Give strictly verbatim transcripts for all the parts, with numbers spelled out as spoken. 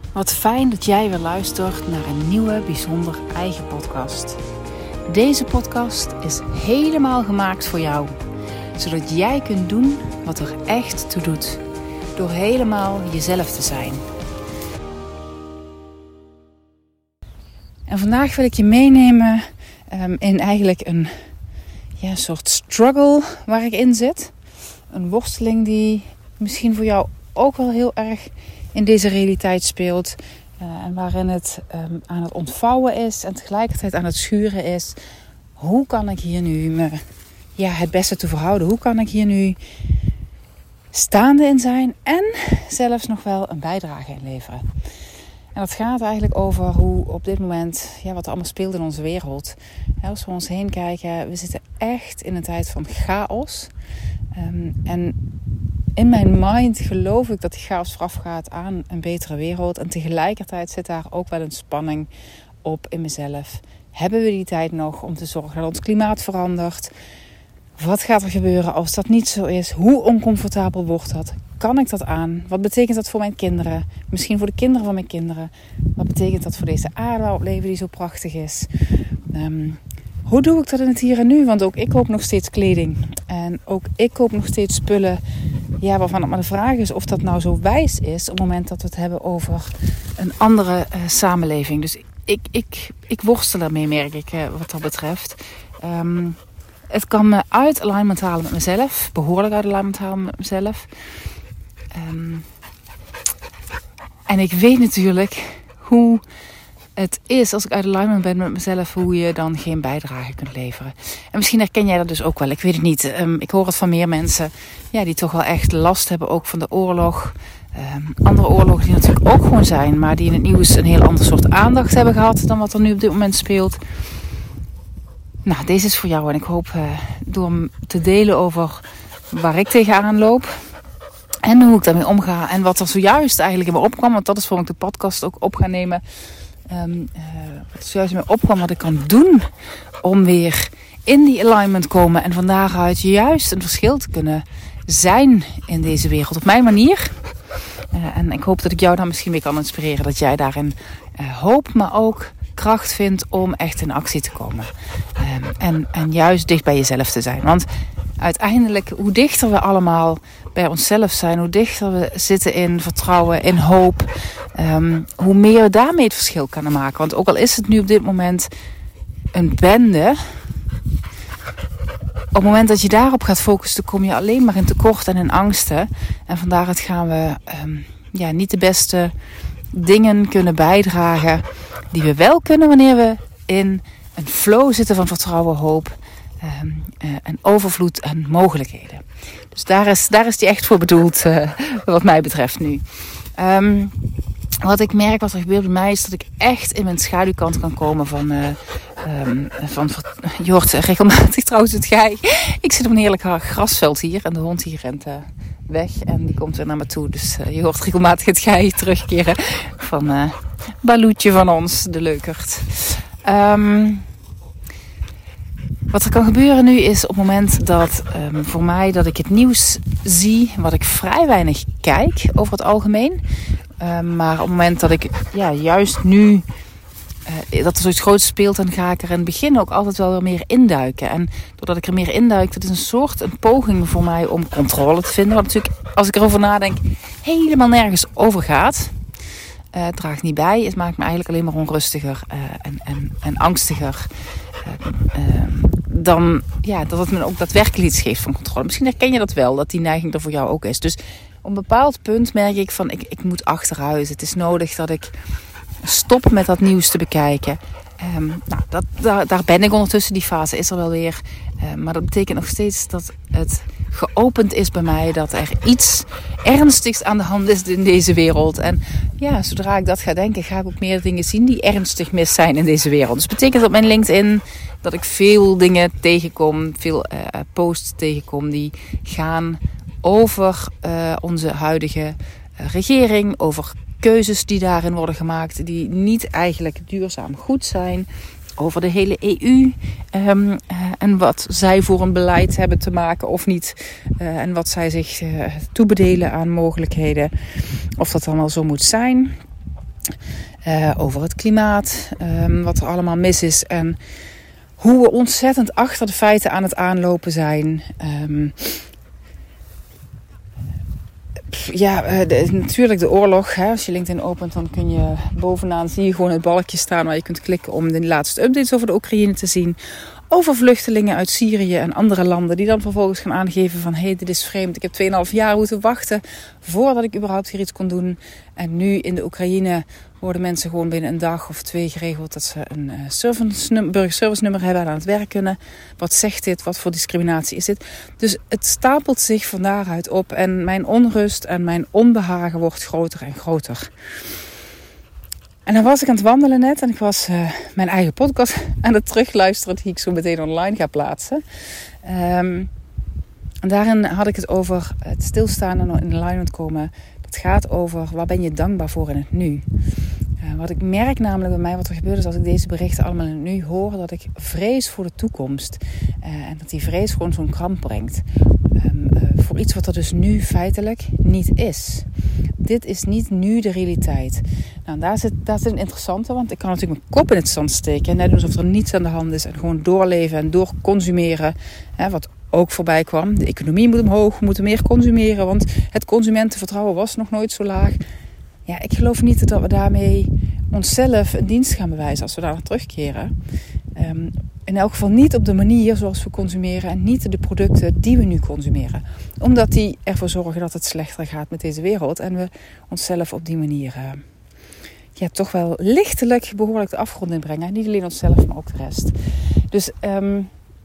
Wat fijn dat jij weer luistert naar een nieuwe bijzonder eigen podcast. Deze podcast is helemaal gemaakt voor jou. Zodat jij kunt doen wat er echt toe doet. Door helemaal jezelf te zijn. En vandaag wil ik je meenemen um, in eigenlijk een ja, soort struggle waar ik in zit. Een worsteling die misschien voor jou ook wel heel erg in deze realiteit speelt. Uh, en waarin het um, aan het ontvouwen is en tegelijkertijd aan het schuren is. Hoe kan ik hier nu me ja, het beste toe verhouden? Hoe kan ik hier nu staande in zijn en zelfs nog wel een bijdrage in leveren? En dat gaat eigenlijk over hoe op dit moment, ja, wat er allemaal speelt in onze wereld. Ja, als we om ons heen kijken, we zitten echt in een tijd van chaos. Um, en in mijn mind geloof ik dat die chaos voorafgaat aan een betere wereld. En tegelijkertijd zit daar ook wel een spanning op in mezelf. Hebben we die tijd nog om te zorgen dat ons klimaat verandert? Wat gaat er gebeuren als dat niet zo is? Hoe oncomfortabel wordt dat? Kan ik dat aan? Wat betekent dat voor mijn kinderen? Misschien voor de kinderen van mijn kinderen. Wat betekent dat voor deze aarde waarop leven die zo prachtig is? Um, hoe doe ik dat in het hier en nu? Want ook ik koop nog steeds kleding. En ook ik koop nog steeds spullen. Ja, waarvan het maar de vraag is of dat nou zo wijs is op het moment dat we het hebben over een andere uh, samenleving. Dus ik, ik, ik worstel ermee, merk ik, uh, wat dat betreft. Um, het kan me uit alignment halen met mezelf. Behoorlijk uit alignment halen met mezelf. Um, en ik weet natuurlijk hoe het is als ik uit alignment ben met mezelf, hoe je dan geen bijdrage kunt leveren. En misschien herken jij dat dus ook wel. Ik weet het niet. Um, ik hoor het van meer mensen ja, die toch wel echt last hebben ook van de oorlog. Um, andere oorlogen die natuurlijk ook gewoon zijn, maar die in het nieuws een heel ander soort aandacht hebben gehad dan wat er nu op dit moment speelt. Nou, deze is voor jou en ik hoop uh, door te delen over waar ik tegenaan loop. En hoe ik daarmee omga. En wat er zojuist eigenlijk in me opkwam. Want dat is waarom ik de podcast ook op ga nemen. Um, uh, wat er zojuist in me opkwam. Wat ik kan doen. Om weer in die alignment te komen. En van daaruit juist een verschil te kunnen zijn in deze wereld. Op mijn manier. Uh, en ik hoop dat ik jou dan misschien weer kan inspireren. Dat jij daarin uh, hoop. Maar ook kracht vindt om echt in actie te komen. Um, en, en juist dicht bij jezelf te zijn. Want uiteindelijk, hoe dichter we allemaal bij onszelf zijn, hoe dichter we zitten in vertrouwen, in hoop, um, hoe meer we daarmee het verschil kunnen maken. Want ook al is het nu op dit moment een bende, op het moment dat je daarop gaat focussen, kom je alleen maar in tekort en in angsten. En van daaruit gaan we um, ja, niet de beste dingen kunnen bijdragen die we wel kunnen wanneer we in een flow zitten van vertrouwen, hoop um, uh, en overvloed en mogelijkheden. Dus daar is, daar is die echt voor bedoeld, uh, wat mij betreft nu. Um, wat ik merk, wat er gebeurt bij mij, is dat ik echt in mijn schaduwkant kan komen van... Uh, um, van je hoort regelmatig trouwens het gei. Ik zit op een heerlijk grasveld hier en de hond hier rent uh, weg en die komt weer naar me toe. Dus uh, je hoort regelmatig het gei terugkeren van uh, Baloetje van ons, de leukert. Um, Wat er kan gebeuren nu is op het moment dat um, voor mij dat ik het nieuws zie, wat ik vrij weinig kijk over het algemeen. Um, maar op het moment dat ik ja, juist nu uh, dat er zoiets groots speelt, dan ga ik er in het begin ook altijd wel weer meer induiken. En doordat ik er meer induik, dat is een soort een poging voor mij om controle te vinden. Wat natuurlijk, als ik erover nadenk, helemaal nergens over gaat. Uh, het draagt niet bij. Het maakt me eigenlijk alleen maar onrustiger uh, en, en, en angstiger. Uh, uh, dan ja, dat het me ook daadwerkelijk iets geeft van controle. Misschien herken je dat wel, dat die neiging er voor jou ook is. Dus op een bepaald punt merk ik van, ik, ik moet achteruit. Het is nodig dat ik stop met dat nieuws te bekijken. Um, nou, dat, daar, daar ben ik ondertussen. Die fase is er wel weer. Uh, maar dat betekent nog steeds dat het geopend is bij mij. Dat er iets ernstigs aan de hand is in deze wereld. En ja, zodra ik dat ga denken, ga ik ook meer dingen zien die ernstig mis zijn in deze wereld. Dus dat betekent op mijn LinkedIn dat ik veel dingen tegenkom. Veel uh, posts tegenkom die gaan over uh, onze huidige uh, regering. Over keuzes die daarin worden gemaakt, die niet eigenlijk duurzaam goed zijn. Over de hele E U um, uh, en wat zij voor een beleid hebben te maken of niet. Uh, en wat zij zich uh, toebedelen aan mogelijkheden. Of dat dan wel zo moet zijn. Uh, over het klimaat, um, wat er allemaal mis is. En hoe we ontzettend achter de feiten aan het aanlopen zijn. Um, Ja, de, natuurlijk de oorlog. Hè. Als je LinkedIn opent, dan kun je bovenaan zie je gewoon het balkje staan waar je kunt klikken om de laatste updates over de Oekraïne te zien. Over vluchtelingen uit Syrië en andere landen die dan vervolgens gaan aangeven van hé, hey, dit is vreemd. Ik heb tweeënhalf jaar moeten wachten voordat ik überhaupt hier iets kon doen. En nu in de Oekraïne worden mensen gewoon binnen een dag of twee geregeld dat ze een uh, service, burgerservice nummer hebben en aan het werk kunnen. Wat zegt dit? Wat voor discriminatie is dit? Dus het stapelt zich van daaruit op en mijn onrust en mijn onbehagen wordt groter en groter. En dan was ik aan het wandelen net en ik was uh, mijn eigen podcast aan het terugluisteren die ik zo meteen online ga plaatsen. Um, en daarin had ik het over het stilstaan en in alignment komen. Het gaat over waar ben je dankbaar voor in het nu. Uh, wat ik merk namelijk bij mij, wat er gebeurt is als ik deze berichten allemaal in het nu hoor, dat ik vrees voor de toekomst. Uh, en dat die vrees gewoon zo'n kramp brengt. Um, uh, voor iets wat er dus nu feitelijk niet is. Dit is niet nu de realiteit. Nou, daar zit, daar zit een interessante, want ik kan natuurlijk mijn kop in het zand steken. Net alsof er niets aan de hand is en gewoon doorleven en doorconsumeren. Hè, wat ook voorbij kwam. De economie moet omhoog, we moeten meer consumeren, want het consumentenvertrouwen was nog nooit zo laag. Ja, ik geloof niet dat we daarmee onszelf een dienst gaan bewijzen als we daar naar terugkeren. Um, in elk geval niet op de manier zoals we consumeren en niet de producten die we nu consumeren. Omdat die ervoor zorgen dat het slechter gaat met deze wereld en we onszelf op die manier uh, ja, toch wel lichtelijk behoorlijk de afgrond inbrengen. Niet alleen onszelf, maar ook de rest. Dus um,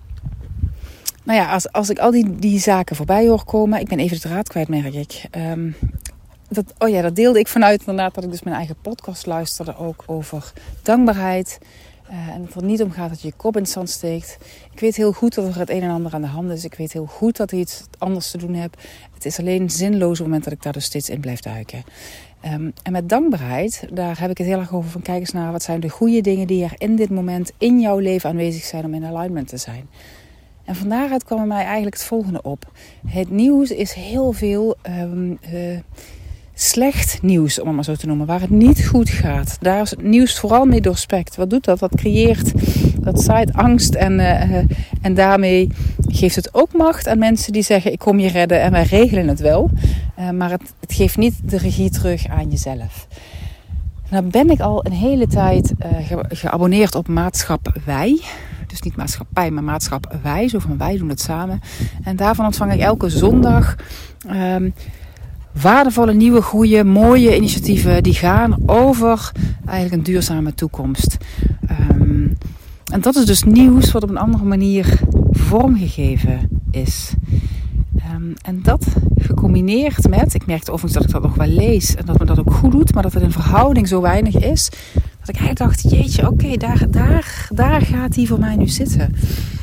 nou ja, als, als ik al die, die zaken voorbij hoor komen, ik ben even de draad kwijt, merk ik. Um, dat, oh ja, dat deelde ik vanuit inderdaad dat ik dus mijn eigen podcast luisterde ook over dankbaarheid. Uh, en dat het er niet om gaat dat je je kop in het zand steekt. Ik weet heel goed dat er het een en ander aan de hand is. Ik weet heel goed dat ik iets anders te doen heb. Het is alleen zinloos op het moment dat ik daar dus steeds in blijf duiken. Um, en met dankbaarheid, daar heb ik het heel erg over van kijk eens naar wat zijn de goede dingen die er in dit moment in jouw leven aanwezig zijn om in alignment te zijn. En van daaruit kwam er mij eigenlijk het volgende op. Het nieuws is heel veel um, uh, slecht nieuws, om het maar zo te noemen. Waar het niet goed gaat. Daar is het nieuws vooral mee doorspekt. Wat doet dat? Dat creëert, dat zaait angst. En, uh, en daarmee geeft het ook macht aan mensen die zeggen ik kom je redden en wij regelen het wel. Uh, maar het, het geeft niet de regie terug aan jezelf. Nou ben ik al een hele tijd uh, ge- geabonneerd op Maatschap Wij. Dus niet maatschappij, maar Maatschap Wij. Zo van wij doen het samen. En daarvan ontvang ik elke zondag um, waardevolle, nieuwe, goede, mooie initiatieven die gaan over eigenlijk een duurzame toekomst. Um, en dat is dus nieuws wat op een andere manier vormgegeven is. Um, en dat gecombineerd met, ik merkte overigens dat ik dat nog wel lees en dat me dat ook goed doet, maar dat het in verhouding zo weinig is, dat ik eigenlijk dacht, jeetje, oké, okay, daar, daar, daar gaat die voor mij nu zitten.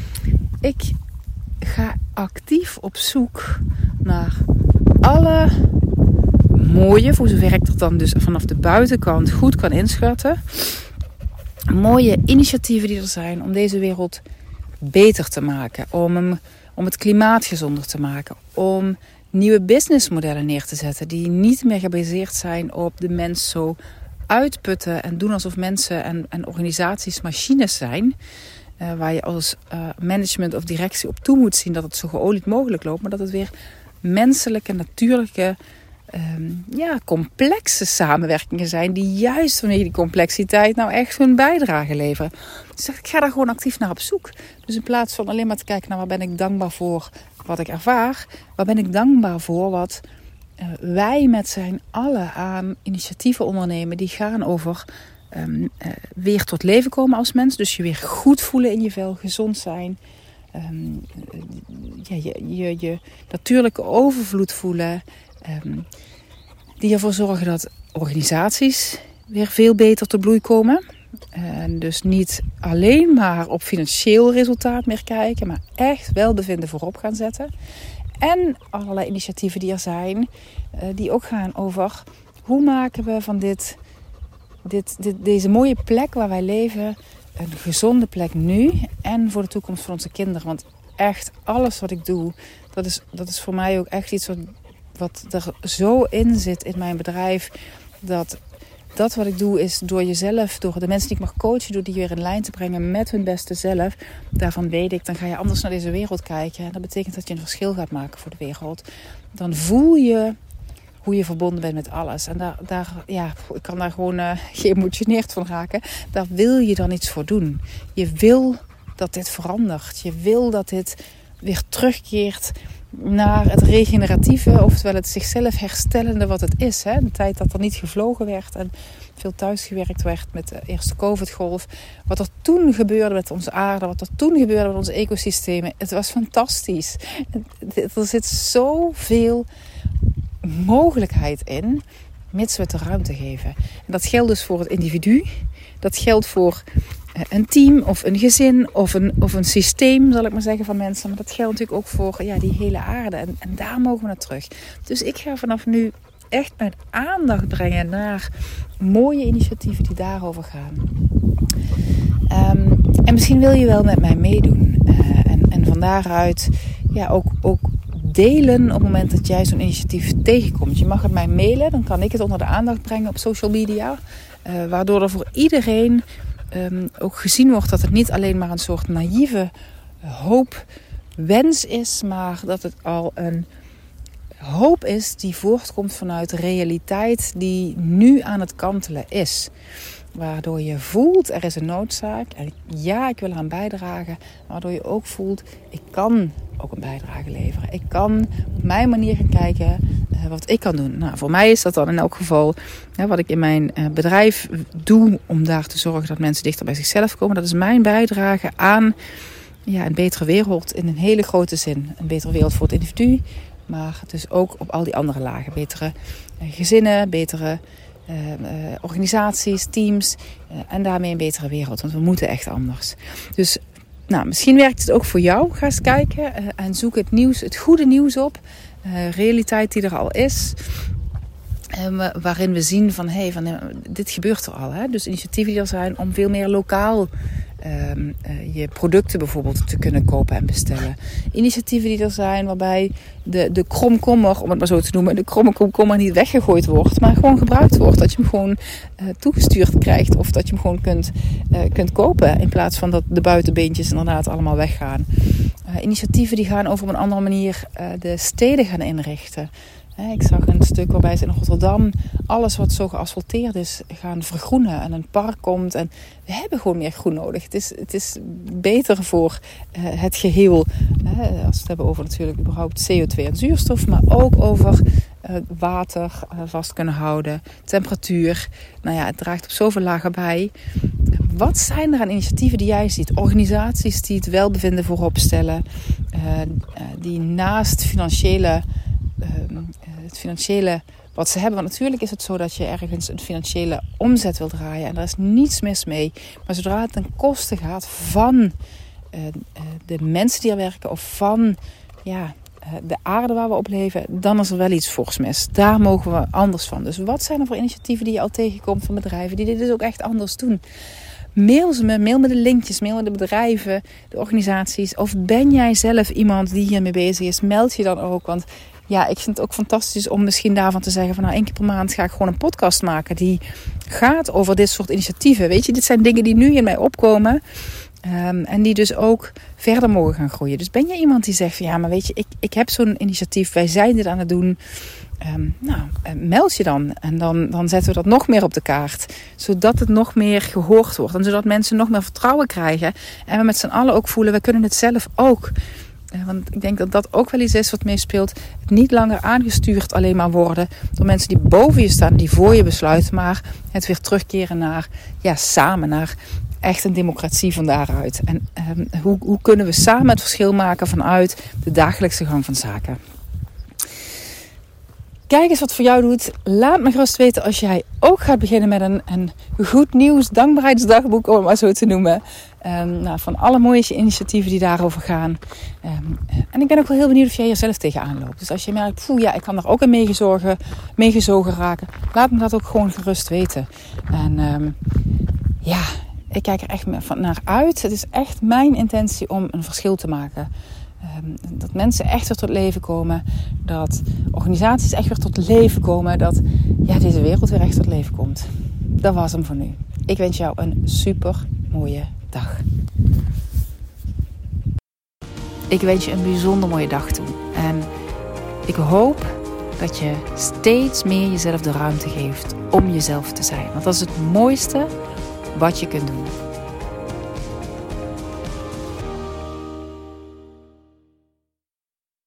Ik ga actief op zoek naar alle mooie, voor zover ik dat dan dus vanaf de buitenkant goed kan inschatten, mooie initiatieven die er zijn om deze wereld beter te maken, om, hem, om het klimaat gezonder te maken, om nieuwe businessmodellen neer te zetten die niet meer gebaseerd zijn op de mens zo uitputten en doen alsof mensen en, en organisaties machines zijn, uh, waar je als uh, management of directie op toe moet zien dat het zo geolied mogelijk loopt, maar dat het weer menselijke, natuurlijke, um, ja, complexe samenwerkingen zijn die juist vanwege die complexiteit nou echt hun bijdrage leveren. Dus ik ga daar gewoon actief naar op zoek. Dus in plaats van alleen maar te kijken naar waar ben ik dankbaar voor wat ik ervaar, waar ben ik dankbaar voor wat uh, wij met z'n allen aan initiatieven ondernemen die gaan over um, uh, weer tot leven komen als mens. Dus je weer goed voelen in je vel, gezond zijn. Um, ja, je, je, je natuurlijke overvloed voelen. Um, die ervoor zorgen dat organisaties weer veel beter tot bloei komen. En dus niet alleen maar op financieel resultaat meer kijken, maar echt welbevinden voorop gaan zetten. En allerlei initiatieven die er zijn, uh, die ook gaan over hoe maken we van dit, dit, dit, deze mooie plek waar wij leven een gezonde plek nu en voor de toekomst van onze kinderen. Want echt alles wat ik doe, dat is, dat is voor mij ook echt iets wat, wat er zo in zit in mijn bedrijf. Dat dat wat ik doe is door jezelf, door de mensen die ik mag coachen, door die weer in lijn te brengen met hun beste zelf. Daarvan weet ik, dan ga je anders naar deze wereld kijken. En dat betekent dat je een verschil gaat maken voor de wereld. Dan voel je hoe je verbonden bent met alles. En daar, daar ja, ik kan daar gewoon uh, geëmotioneerd van raken. Daar wil je dan iets voor doen. Je wil dat dit verandert. Je wil dat dit weer terugkeert naar het regeneratieve, oftewel het zichzelf herstellende wat het is. Hè? De tijd dat er niet gevlogen werd en veel thuisgewerkt werd met de eerste COVID-golf. Wat er toen gebeurde met onze aarde, wat er toen gebeurde met onze ecosystemen. Het was fantastisch. Er zit zoveel mogelijkheid in, mits we het de ruimte geven. En dat geldt dus voor het individu. Dat geldt voor een team of een gezin of een, of een systeem, zal ik maar zeggen, van mensen. Maar dat geldt natuurlijk ook voor ja, die hele aarde. En, en daar mogen we naar terug. Dus ik ga vanaf nu echt mijn aandacht brengen naar mooie initiatieven die daarover gaan. Um, en misschien wil je wel met mij meedoen. Uh, en, en van daaruit ja, ook, ook delen op het moment dat jij zo'n initiatief tegenkomt. Je mag het mij mailen, dan kan ik het onder de aandacht brengen op social media. Uh, waardoor er voor iedereen um, ook gezien wordt dat het niet alleen maar een soort naïeve hoop, wens is, maar dat het al een hoop is die voortkomt vanuit de realiteit die nu aan het kantelen is. Waardoor je voelt, er is een noodzaak. En ja, ik wil eraan bijdragen. Waardoor je ook voelt, ik kan ook een bijdrage leveren. Ik kan op mijn manier gaan kijken uh, wat ik kan doen. Nou, voor mij is dat dan in elk geval ja, wat ik in mijn uh, bedrijf doe. Om daar te zorgen dat mensen dichter bij zichzelf komen. Dat is mijn bijdrage aan ja, een betere wereld in een hele grote zin. Een betere wereld voor het individu. Maar dus ook op al die andere lagen. Betere uh, gezinnen, betere Uh, uh, organisaties, teams uh, en daarmee een betere wereld. Want we moeten echt anders. Dus nou, misschien werkt het ook voor jou. Ga eens kijken uh, en zoek het nieuws, het goede nieuws op. Uh, realiteit die er al is. Uh, waarin we zien van, hey, van uh, dit gebeurt er al. Hè? Dus initiatieven die er zijn om veel meer lokaal Uh, uh, je producten bijvoorbeeld te kunnen kopen en bestellen. Initiatieven die er zijn waarbij de, de kromkommer, om het maar zo te noemen, de kromme komkommer niet weggegooid wordt, maar gewoon gebruikt wordt. Dat je hem gewoon uh, toegestuurd krijgt of dat je hem gewoon kunt, uh, kunt kopen in plaats van dat de buitenbeentjes inderdaad allemaal weggaan. Uh, initiatieven die gaan over op een andere manier uh, de steden gaan inrichten. Ik zag een stuk waarbij ze in Rotterdam alles wat zo geasfalteerd is gaan vergroenen. En een park komt. En we hebben gewoon meer groen nodig. Het is, het is beter voor uh, het geheel. Uh, als we het hebben over natuurlijk überhaupt C O twee en zuurstof. Maar ook over uh, water uh, vast kunnen houden. Temperatuur. Nou ja, het draagt op zoveel lagen bij. Wat zijn er aan initiatieven die jij ziet? Organisaties die het welbevinden voorop stellen. Uh, uh, die naast financiële... Uh, het financiële wat ze hebben. Want natuurlijk is het zo dat je ergens een financiële omzet wil draaien. En daar is niets mis mee. Maar zodra het ten koste gaat van uh, uh, de mensen die er werken. Of van ja, uh, de aarde waar we op leven. Dan is er wel iets fors mis. Daar mogen we anders van. Dus wat zijn er voor initiatieven die je al tegenkomt van bedrijven. Die dit dus ook echt anders doen. Mail ze me, mail me de linkjes, mail me de bedrijven, de organisaties. Of ben jij zelf iemand die hiermee bezig is. Meld je dan ook. Want ja, ik vind het ook fantastisch om misschien daarvan te zeggen van nou, één keer per maand ga ik gewoon een podcast maken die gaat over dit soort initiatieven. Weet je, dit zijn dingen die nu in mij opkomen um, en die dus ook verder mogen gaan groeien. Dus ben je iemand die zegt van ja, maar weet je, ik, ik heb zo'n initiatief, wij zijn dit aan het doen. Um, nou, meld je dan en dan, dan zetten we dat nog meer op de kaart. Zodat het nog meer gehoord wordt en zodat mensen nog meer vertrouwen krijgen. En we met z'n allen ook voelen, we kunnen het zelf ook. Want ik denk dat dat ook wel iets is wat meespeelt. Het niet langer aangestuurd alleen maar worden door mensen die boven je staan, die voor je besluiten. Maar het weer terugkeren naar, ja, samen naar echt een democratie van daaruit. En um, hoe, hoe kunnen we samen het verschil maken vanuit de dagelijkse gang van zaken. Kijk eens wat voor jou doet. Laat me gerust weten als jij ook gaat beginnen met een, een goed nieuws dankbaarheidsdagboek, om het maar zo te noemen. Um, nou, van alle mooie initiatieven die daarover gaan. Um, en ik ben ook wel heel benieuwd of jij er zelf tegenaan loopt. Dus als je merkt, poeh, ja, ik kan daar ook in meegezogen, meegezogen raken. Laat me dat ook gewoon gerust weten. En um, ja, ik kijk er echt van naar uit. Het is echt mijn intentie om een verschil te maken. Um, dat mensen echt weer tot leven komen. Dat organisaties echt weer tot leven komen. Dat ja, deze wereld weer echt tot leven komt. dat was hem voor nu. Ik wens jou een super mooie dag. Ik wens je een bijzonder mooie dag toe. En ik hoop dat je steeds meer jezelf de ruimte geeft om jezelf te zijn. Want dat is het mooiste wat je kunt doen.